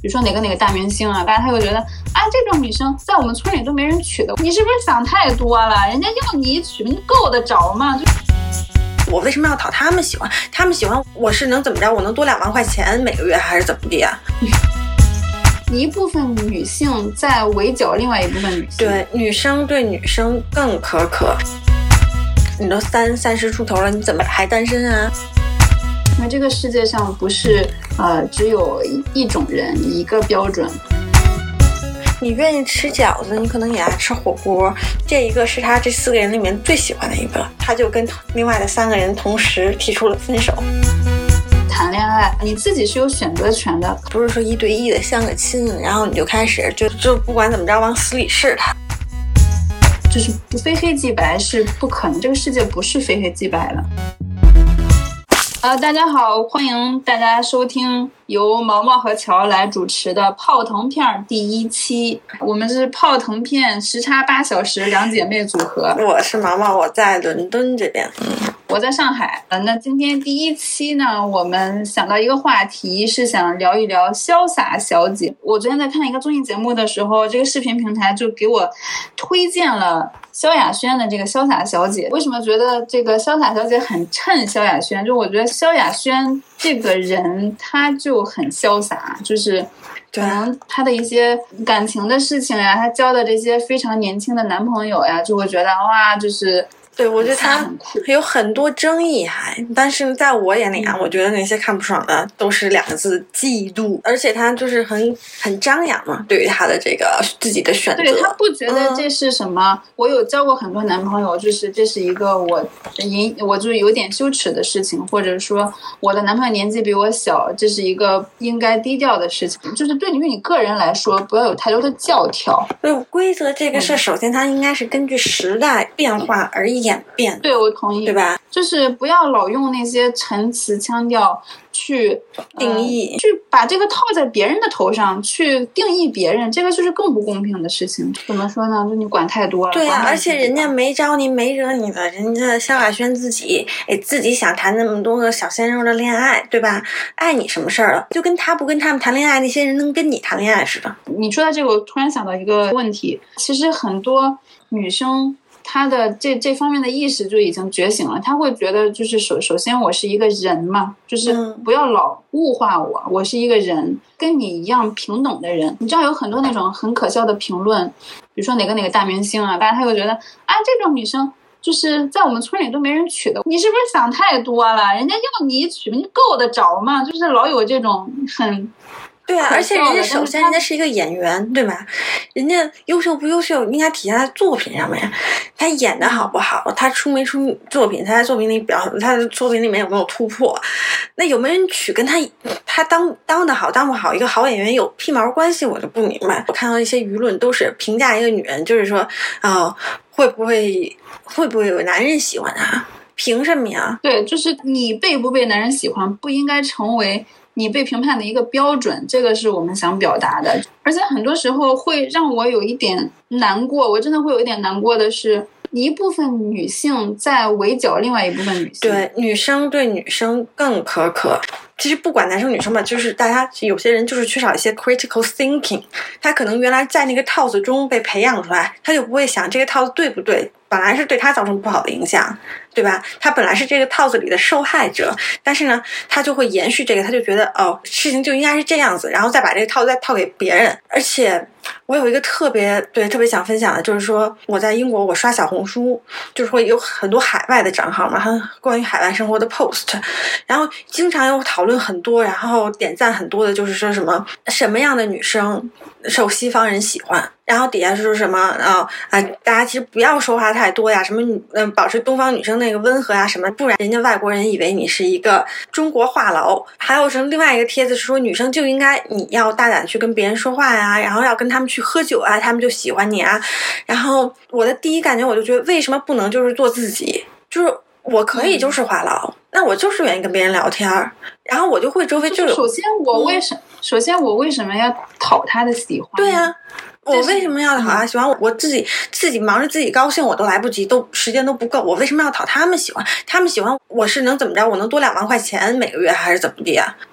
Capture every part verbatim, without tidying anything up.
如说哪个哪个大明星啊，大家他会觉得啊，这种女生在我们村里都没人娶的，你是不是想太多了？人家要你娶，你够得着吗？就我为什么要讨他们喜欢？他们喜欢我是能怎么着？我能多两万块钱每个月还是怎么的呀？ 一部分女性在围剿另外一部分女性， 对，女生对女生更苛刻。你都三三十出头了，你怎么还单身啊？ 因为这个世界上不是呃只有一种人一个标准。 你愿意吃饺子，你可能也爱吃火锅。这一个是他这四个人里面最喜欢的一个，他就跟另外的三个人同时提出了分手。 谈恋爱你自己是有选择权的， 不是说一对一的相个亲，然后你就开始就就不管怎么着往死里试他。 就是不非黑即白是不可能，这个世界不是非黑即白的。呃，大家好，欢迎大家收听由毛毛和乔来主持的泡腾片第一期。我们是泡腾片时差八小时两姐妹组合。 我是毛毛，我在伦敦这边，嗯， 我在上海。呃，那今天第一期呢，我们想到一个话题，是想聊一聊潇洒小姐。我昨天在看一个综艺节目的时候，这个视频平台就给我推荐了萧亚轩的这个潇洒小姐。为什么觉得这个潇洒小姐很衬萧亚轩？就我觉得萧亚轩这个人她就很潇洒，就是可能她的一些感情的事情呀，她交的这些非常年轻的男朋友呀，就会觉得哇，就是对，我觉得他有很多争议还，但是在我眼里啊， 嗯、 我觉得那些看不爽的都是两个字：嫉妒。而且他就是很很张扬嘛，对于他的这个自己的选择， 对，他不觉得这是什么、嗯、我有交过很多男朋友，就是这是一个我引我就有点羞耻的事情，或者说我的男朋友年纪比我小，这是一个应该低调的事情。就是对于你个人来说，不要有太多的教条。 对，规则这个事、嗯、首先它应该是根据时代变化而已演变。 对，我同意， 对吧？ 就是不要老用那些陈词腔调去定义、 呃，去把这个套在别人的头上，去定义别人，这个就是更不公平的事情。怎么说呢？就你管太多了。 对啊，而且人家没招你，没惹你的，人家萧亚轩自己，哎，自己想谈那么多个小鲜肉的恋爱，对吧？碍你什么事儿了？就跟他不跟他们谈恋爱，那些人能跟你谈恋爱似的。 你说到这个，我突然想到一个问题，其实很多女生。他的这这方面的意识就已经觉醒了，他会觉得就是首首先我是一个人嘛，就是不要老物化我，我是一个人，跟你一样平等的人。你知道有很多那种很可笑的评论，比如说哪个哪个大明星啊，大家他会觉得啊，这种女生就是在我们村里都没人娶的，你是不是想太多了？人家要你娶，你够得着吗？就是老有这种很。 对啊，而且人家首先人家是一个演员，对吧？人家优秀不优秀应该体现在作品上面，他演的好不好，他出没出作品，他在作品里表，他的作品里面有没有突破？那有没有人娶跟他他当当的好当不好，一个好演员有屁毛关系？我就不明白。我看到一些舆论都是评价一个女人，就是说啊、呃，会不会会不会有男人喜欢她？凭什么呀？ 对，就是你被不被男人喜欢，不应该成为你被评判的一个标准，这个是我们想表达的。而且很多时候会让我有一点难过，我真的会有一点难过的是，一部分女性在围剿另外一部分女性。 对，女生对女生更苛刻。其实不管男生女生吧，就是大家有些人就是缺少一些 critical thinking， 他可能原来在那个套子中被培养出来，他就不会想这个套子对不对，本来是对他造成不好的影响，对吧？他本来是这个套子里的受害者，但是呢他就会延续这个，他就觉得哦，事情就应该是这样子，然后再把这个套子再套给别人。而且我有一个特别对特别想分享的，就是说我在英国我刷小红书，就是会有很多海外的账号嘛，关于海外生活的 post， 然后经常有讨论很多，然后点赞很多的就是说什么什么样的女生受西方人喜欢，然后底下说什么啊啊，大家其实不要说话太多呀，什么嗯、呃、保持东方女生那个温和呀什么，不然人家外国人以为你是一个中国话痨。还有什么另外一个帖子是说女生就应该你要大胆去跟别人说话呀，然后要跟他们去喝酒啊，他们就喜欢你啊。然后我的第一感觉我就觉得为什么不能就是做自己，就是我可以就是话痨、嗯、那我就是愿意跟别人聊天，然后我就会周围就有、 就是、首先我为什么、嗯、首先我为什么要讨他的喜欢？ 对啊，我为什么要讨他喜欢？我自己自己忙着自己高兴我都来不及，都时间都不够，我为什么要讨他们喜欢？他们喜欢我是能怎么着？我能多两万块钱每个月还是怎么的呀？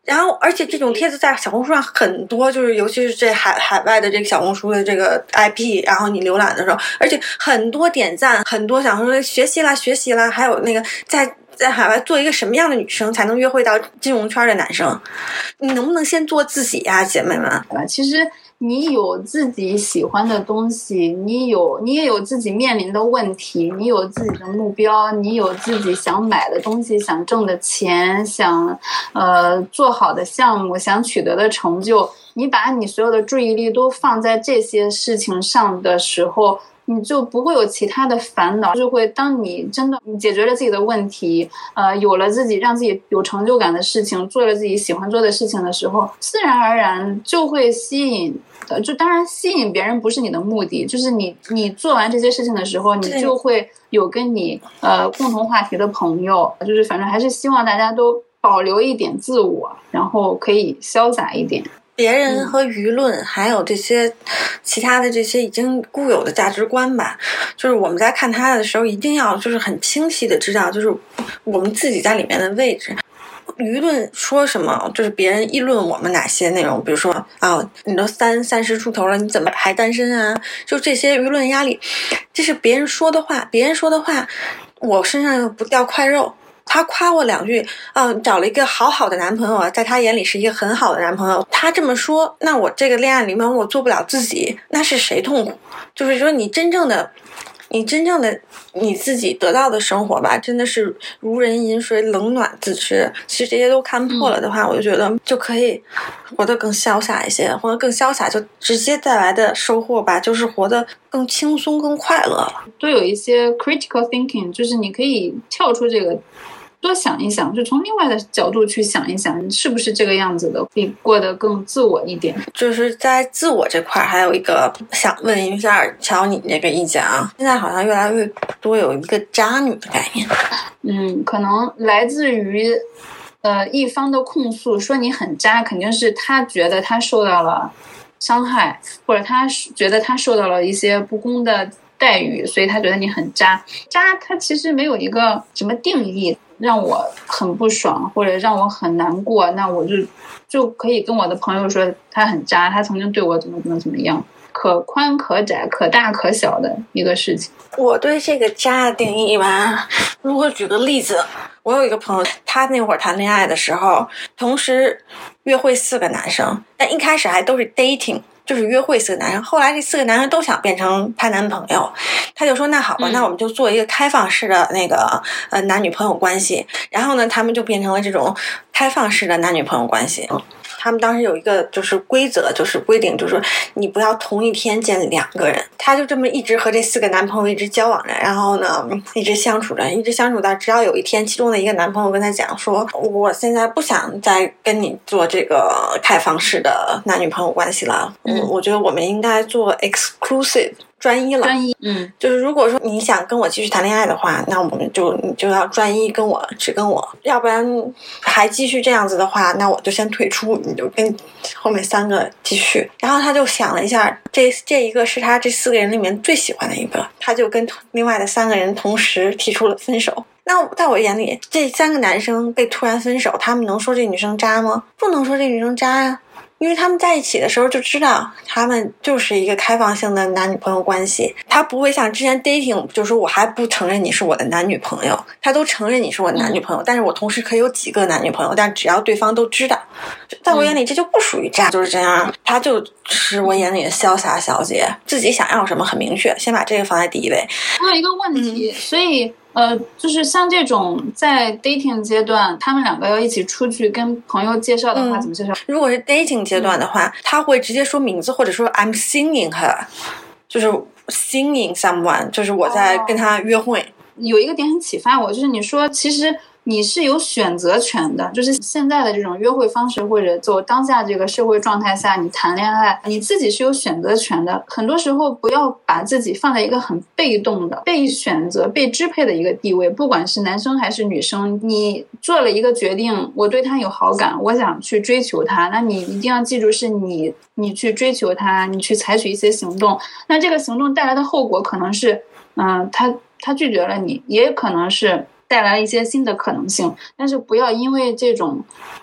然后，而且这种帖子在小红书上很多，就是尤其是这海海外的这个小红书的这个 I P， 然后你浏览的时候，而且很多点赞，很多想说学习啦学习啦，还有那个在在海外做一个什么样的女生才能约会到金融圈的男生？你能不能先做自己呀、啊，姐妹们？ 其实你有自己喜欢的东西，你有你也有自己面临的问题，你有自己的目标，你有自己想买的东西，想挣的钱，想呃做好的项目，想取得的成就。你把你所有的注意力都放在这些事情上的时候，你就不会有其他的烦恼，就会当你真的你解决了自己的问题，呃，有了自己让自己有成就感的事情，做了自己喜欢做的事情的时候，自然而然就会吸引。就当然吸引别人不是你的目的，就是你你做完这些事情的时候，你就会有跟你呃共同话题的朋友，就是反正还是希望大家都保留一点自我，然后可以潇洒一点。 别人和舆论、嗯、还有这些其他的这些已经固有的价值观吧，就是我们在看他的时候一定要就是很清晰的知道就是我们自己在里面的位置。舆论说什么，就是别人议论我们哪些内容，比如说啊，你都三三十出头了，你怎么还单身啊？就这些舆论压力，这是别人说的话，别人说的话，我身上又不掉块肉。他夸我两句啊，找了一个好好的男朋友，在他眼里是一个很好的男朋友。他这么说，那我这个恋爱里面我做不了自己，那是谁痛苦？就是说你真正的你真正的你自己得到的生活吧，真的是如人饮水，冷暖自知。其实这些都看破了的话、嗯、我就觉得就可以活得更潇洒一些，活得更潇洒就直接带来的收获吧，就是活得更轻松更快乐了。 都有一些 critical thinking， 就是你可以跳出这个多想一想，就从另外的角度去想一想，是不是这个样子的，可以过得更自我一点。 就是在自我这块还有一个想问一下乔你这个意见啊，现在好像越来越多有一个渣女的概念。 嗯，可能来自于呃一方的控诉，说你很渣，肯定是他觉得他受到了伤害，或者他觉得他受到了一些不公的待遇，所以他觉得你很渣。渣他其实没有一个什么定义让我很不爽或者让我很难过，那我就就可以跟我的朋友说他很渣，他曾经对我怎么怎么怎么样，可宽可窄可大可小的一个事情。 我对这个渣的定义吧，如果举个例子，我有一个朋友，他那会儿谈恋爱的时候同时约会四个男生，但一开始还都是 dating，就是约会四个男生，后来这四个男生都想变成他男朋友，他就说那好吧、嗯、那我们就做一个开放式的那个呃男女朋友关系，然后呢他们就变成了这种开放式的男女朋友关系。他们当时有一个就是规则，就是规定，就是说你不要同一天见两个人。他就这么一直和这四个男朋友一直交往着，然后呢一直相处着，一直相处到直到有一天其中的一个男朋友跟他讲说，我现在不想再跟你做这个开放式的男女朋友关系了，嗯，我觉得我们应该做 exclusive专一了。 专一，嗯， 就是如果说你想跟我继续谈恋爱的话，那我们就你就要专一跟我，只跟我，要不然还继续这样子的话，那我就先退出，你就跟后面三个继续。然后他就想了一下，这这一个是他这四个人里面最喜欢的一个，他就跟另外的三个人同时提出了分手。那在我眼里，这三个男生被突然分手，他们能说这女生渣吗？不能说这女生渣呀、啊。因为他们在一起的时候就知道他们就是一个开放性的男女朋友关系，他不会像之前 dating 就是说我还不承认你是我的男女朋友，他都承认你是我的男女朋友、嗯、但是我同时可以有几个男女朋友，但只要对方都知道，在我眼里这就不属于渣、嗯、就是这样，他就是我眼里的潇洒小姐，自己想要什么很明确，先把这个放在第一位。 还有一个问题、嗯、所以呃，就是像这种在 dating 阶段，他们两个要一起出去跟朋友介绍的话、嗯、怎么介绍？ 如果是 dating 阶段的话、嗯、他会直接说名字，或者说 I'm singing her， 就是 singing someone， 就是我在跟他约会、哦、 有一个点很启发我，就是你说其实你是有选择权的，就是现在的这种约会方式或者走当下这个社会状态下，你谈恋爱你自己是有选择权的，很多时候不要把自己放在一个很被动的被选择被支配的一个地位，不管是男生还是女生，你做了一个决定，我对他有好感，我想去追求他，那你一定要记住是你你去追求他，你去采取一些行动，那这个行动带来的后果可能是嗯、呃，他他拒绝了你，也可能是带来一些新的可能性，但是不要因为这种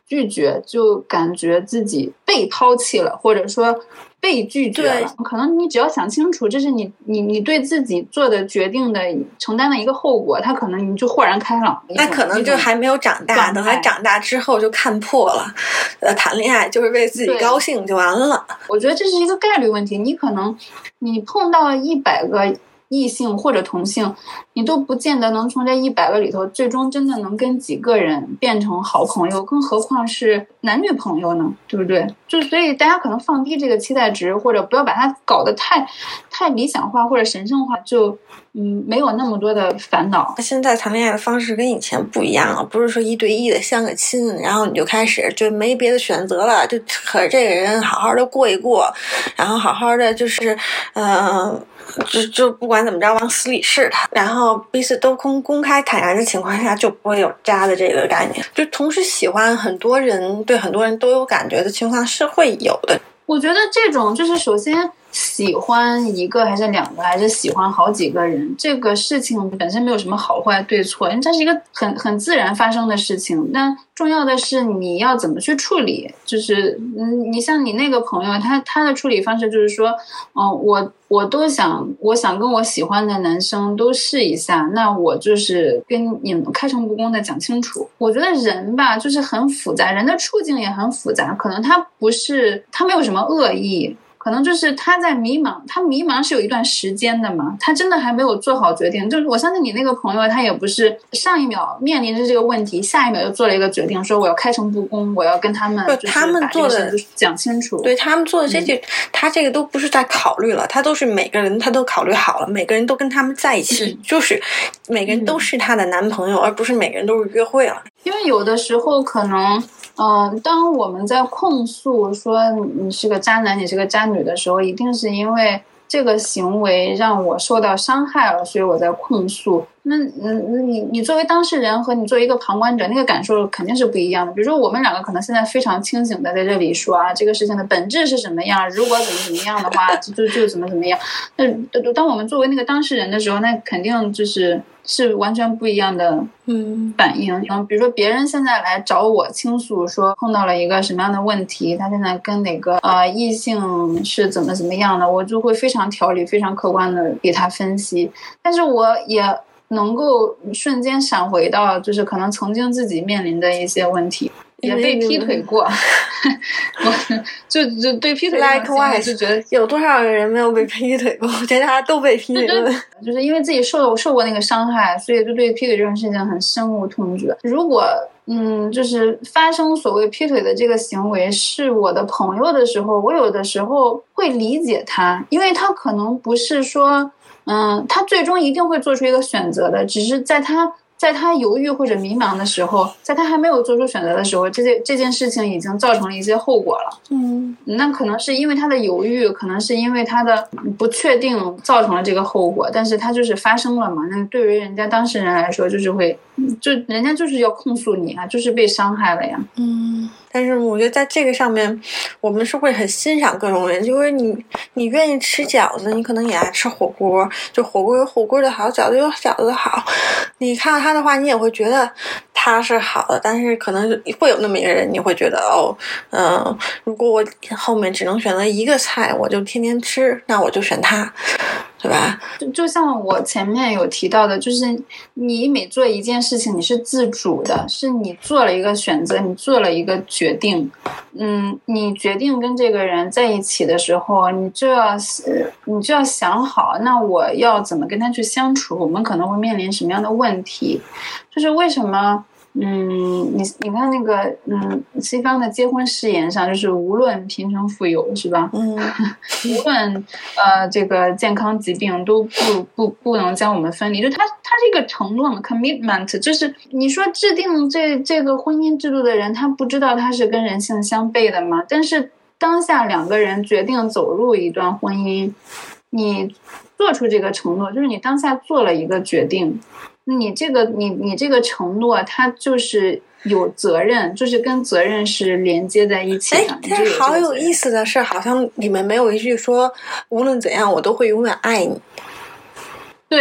拒绝就感觉自己被抛弃了，或者说被拒绝了。可能你只要想清楚，这是你你你对自己做的决定的承担的一个后果，他可能你就豁然开朗。 他可能就还没有长大，等他长大之后就看破了，呃，谈恋爱就是为自己高兴就完了。 我觉得这是一个概率问题，你可能你碰到一百个异性或者同性，你都不见得能从这一百个里头最终真的能跟几个人变成好朋友，更何况是男女朋友呢，对不对？就所以大家可能放低这个期待值，或者不要把它搞得太太理想化或者神圣化，就嗯没有那么多的烦恼。 现在谈恋爱的方式跟以前不一样了，不是说一对一的相个亲，然后你就开始就没别的选择了，就和这个人好好的过一过，然后好好的就是嗯。呃就就不管怎么着往死里试他，然后彼此都公公开坦然的情况下，就不会有渣的这个概念。就同时喜欢很多人，对很多人都有感觉的情况是会有的。 我觉得这种就是首先喜欢一个还是两个还是喜欢好几个人，这个事情本身没有什么好坏对错，因为它是一个很很自然发生的事情。但重要的是你要怎么去处理，就是嗯，你像你那个朋友，他他的处理方式就是说，嗯、呃，我我都想，我想跟我喜欢的男生都试一下，那我就是跟你们开诚布公的讲清楚。我觉得人吧，就是很复杂，人的处境也很复杂，可能他不是他没有什么恶意。可能就是他在迷茫，他迷茫是有一段时间的嘛，他真的还没有做好决定。就是我相信你那个朋友，他也不是上一秒面临着这个问题，下一秒就做了一个决定，说我要开诚布公，我要跟他们就是他们做的讲清楚。 对，他们做的这些、嗯，他这个都不是在考虑了，他都是每个人他都考虑好了，每个人都跟他们在一起，嗯、就是每个人都是他的男朋友、嗯，而不是每个人都是约会了。 因为有的时候可能。嗯、呃，当我们在控诉说你是个渣男，你是个渣女的时候，一定是因为这个行为让我受到伤害了，所以我在控诉。那嗯，你你作为当事人和你作为一个旁观者，那个感受肯定是不一样的。比如说我们两个可能现在非常清醒的在这里说啊，这个事情的本质是什么样，如果怎么怎么样的话，就就就怎么怎么样。那当我们作为那个当事人的时候，那肯定就是是完全不一样的嗯反应。嗯，比如说别人现在来找我倾诉，说碰到了一个什么样的问题，他现在跟哪个呃异性是怎么怎么样的，我就会非常条理、非常客观的给他分析。但是我也能够瞬间闪回到就是可能曾经自己面临的一些问题，也被劈腿过我就就对劈腿这种行为就觉得有多少人没有被劈腿过，我觉得大家都被劈腿过， 就是因为自己受受过那个伤害，所以就对劈腿这种事情很深恶痛绝。如果嗯，就是发生所谓劈腿的这个行为是我的朋友的时候，我有的时候会理解他，因为他可能不是说嗯，他最终一定会做出一个选择的，只是在他在他犹豫或者迷茫的时候，在他还没有做出选择的时候，这件这件事情已经造成了一些后果了。嗯，那可能是因为他的犹豫，可能是因为他的不确定造成了这个后果，但是他就是发生了嘛。那对于人家当事人来说，就是会，就人家就是要控诉你啊，就是被伤害了呀。 嗯。但是我觉得在这个上面，我们是会很欣赏各种人，因为你你愿意吃饺子，你可能也爱吃火锅，就火锅有火锅的好，饺子有饺子的好。你看到他的话，你也会觉得他是好的，但是可能会有那么一个人，你会觉得哦，嗯、呃，如果我后面只能选择一个菜，我就天天吃，那我就选他。对吧？ 就就像我前面有提到的，就是你每做一件事情，你是自主的，是你做了一个选择，你做了一个决定。嗯，你决定跟这个人在一起的时候，你就要你就要想好，那我要怎么跟他去相处？我们可能会面临什么样的问题？就是为什么？嗯，你你看那个，嗯，西方的结婚誓言上，就是无论贫穷富有，是吧？嗯，无论呃这个健康疾病都不不不能将我们分离。就他他这个承诺 commitment， 就是你说制定这这个婚姻制度的人，他不知道他是跟人性相悖的吗？但是当下两个人决定走入一段婚姻，你做出这个承诺，就是你当下做了一个决定。你这个你你这个承诺，它就是有责任，就是跟责任是连接在一起的。 哎，这好有意思的是，好像里面没有一句说无论怎样我都会永远爱你。 对，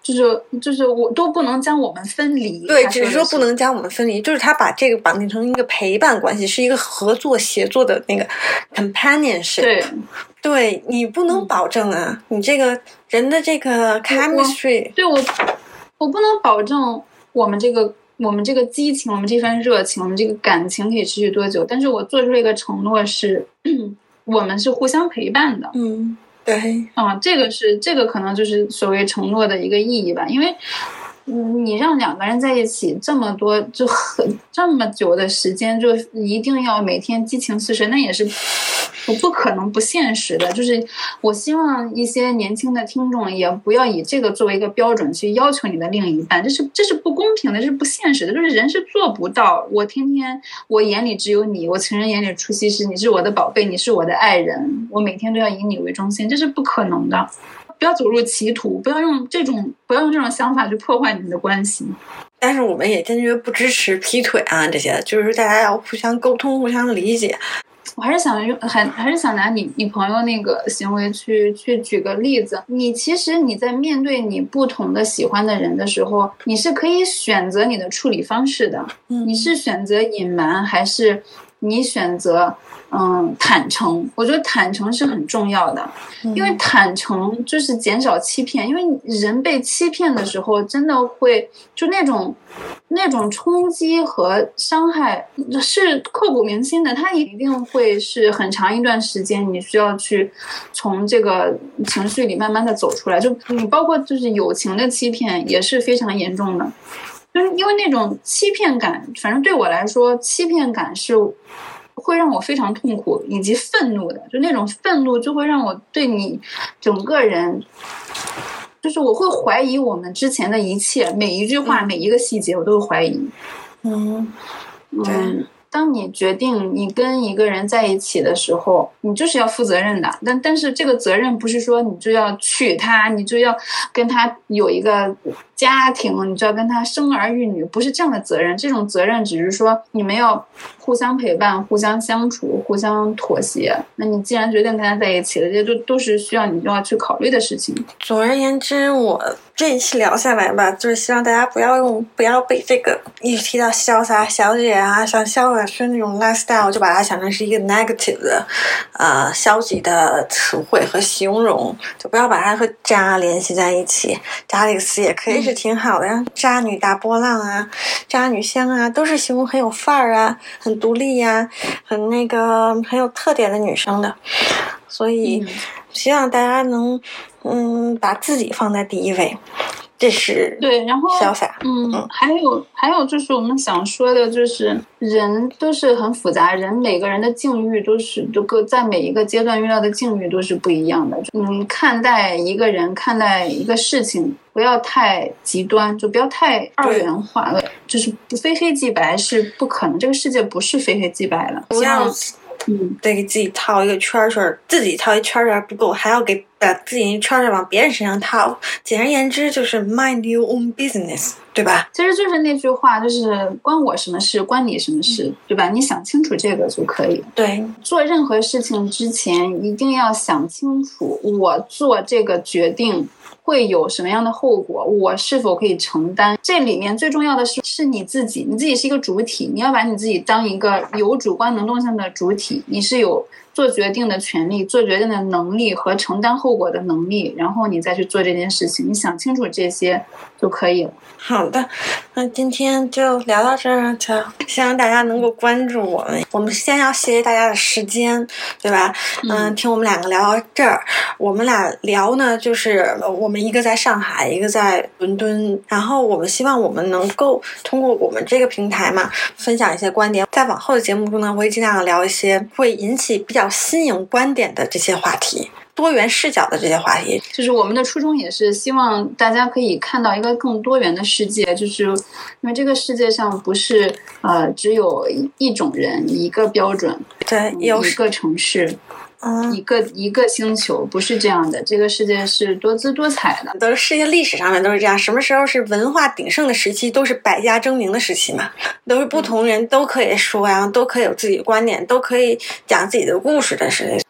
就是就是我都不能将我们分离。 对，只是说不能将我们分离，就是他把这个绑定成一个陪伴关系，是一个合作协作的那个 companionship。 对， 对你不能保证啊，嗯、你这个人的这个 chemistry。 对我，我不能保证我们这个我们这个激情，我们这份热情，我们这个感情可以持续多久。但是我做出了一个承诺是，我们是互相陪伴的。 嗯。对啊，这个是这个可能就是所谓承诺的一个意义吧，因为你让两个人在一起这么多就很这么久的时间，就一定要每天激情四射，那也是不不可能不现实的。就是我希望一些年轻的听众也不要以这个作为一个标准去要求你的另一半，这是这是不公平的，这是不现实的，就是人是做不到。我天天我眼里只有你，我情人眼里出西施，你是我的宝贝，你是我的爱人，我每天都要以你为中心，这是不可能的。不要走入歧途，不要用这种不要用这种想法去破坏你们的关系。 但是我们也坚决不支持劈腿啊，这些就是大家要互相沟通、互相理解。 我还是想用，还还是想拿你你朋友那个行为去去举个例子。你其实你在面对你不同的喜欢的人的时候，你是可以选择你的处理方式的。 嗯， 你是选择隐瞒，还是你选择嗯坦诚？我觉得坦诚是很重要的，因为坦诚就是减少欺骗。因为人被欺骗的时候，真的会就那种。那种冲击和伤害是刻骨铭心的，它一定会是很长一段时间，你需要去从这个情绪里慢慢的走出来。就你包括就是友情的欺骗也是非常严重的，就是因为那种欺骗感，反正对我来说，欺骗感是会让我非常痛苦以及愤怒的，就那种愤怒就会让我对你整个人。就是我会怀疑我们之前的一切，每一句话、每一个细节，我都会怀疑。 嗯， 嗯，当你决定你跟一个人在一起的时候，你就是要负责任的。但但是这个责任不是说你就要娶她，你就要跟他有一个家庭，你就要跟他生儿育女，不是这样的责任。这种责任只是说你们要互相陪伴、互相相处、互相妥协。那你既然决定跟他在一起了，这些都都是需要你要去考虑的事情。 总而言之，我这一期聊下来吧，就是希望大家不要用不要被这个一提到潇洒小姐啊，像萧亚轩那种 lifestyle 就把它想成是一个 negative 的呃消极的词汇和形容，就不要把它和渣联系在一起。渣这个词也可以是挺好的呀，渣女大波浪啊，渣女香啊，都是形容很有范儿啊，很独立呀、啊，很那个很有特点的女生的。所以希望大家能嗯把自己放在第一位，这是对。然后潇洒。 嗯，还有还有就是我们想说的，就是人都是很复杂，人每个人的境遇都是都各在每一个阶段遇到的境遇都是不一样的。嗯，看待一个人，看待一个事情，不要太极端，就不要太二元化了，就是非黑即白是不可能，这个世界不是非黑即白的。 不要嗯， 得给自己套一个圈圈，自己套一圈圈不够，还要给把自己一圈圈往别人身上套。简而言之，就是 mind your own business， 对吧？ 其实就是那句话，就是关我什么事，关你什么事，对吧？你想清楚这个就可以。 对， 做任何事情之前，一定要想清楚，我做这个决定会有什么样的后果，我是否可以承担。这里面最重要的是是你自己，你自己是一个主体，你要把你自己当一个有主观能动性的主体，你是有做决定的权利，做决定的能力和承担后果的能力，然后你再去做这件事情，你想清楚这些就可以了。 好的，那今天就聊到这儿，就希望大家能够关注我们。我们先要谢谢大家的时间，对吧？嗯、呃，听我们两个聊到这儿，我们俩聊呢，就是我们一个在上海，一个在伦敦，然后我们希望我们能够通过我们这个平台嘛，分享一些观点。在往后的节目中呢，我会尽量聊一些会引起比较新颖观点的这些话题。多元视角的这些话题， 就是我们的初衷也是希望大家可以看到一个更多元的世界，就是因为这个世界上不是呃只有一种人一个标准， 对， 有一个城市。 嗯， 一个一个星球不是这样的，这个世界是多姿多彩的。 都是世界历史上面都是这样，什么时候是文化鼎盛的时期，都是百家争鸣的时期嘛，都是不同人都可以说呀，都可以有自己的观点，都可以讲自己的故事的时期。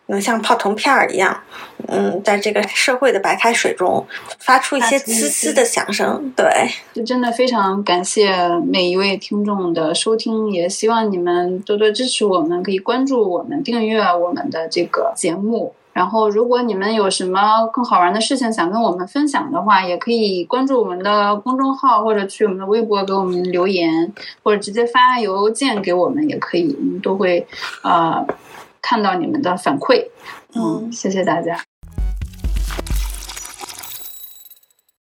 能像泡腾片儿一样，嗯，在这个社会的白开水中发出一些呲呲的响声。对， 就真的非常感谢每一位听众的收听，也希望你们多多支持我们，可以关注我们，订阅我们的这个节目。然后如果你们有什么更好玩的事情想跟我们分享的话，也可以关注我们的公众号，或者去我们的微博给我们留言，或者直接发邮件给我们也可以，我们都会呃看到你们的反馈。嗯，谢谢大家。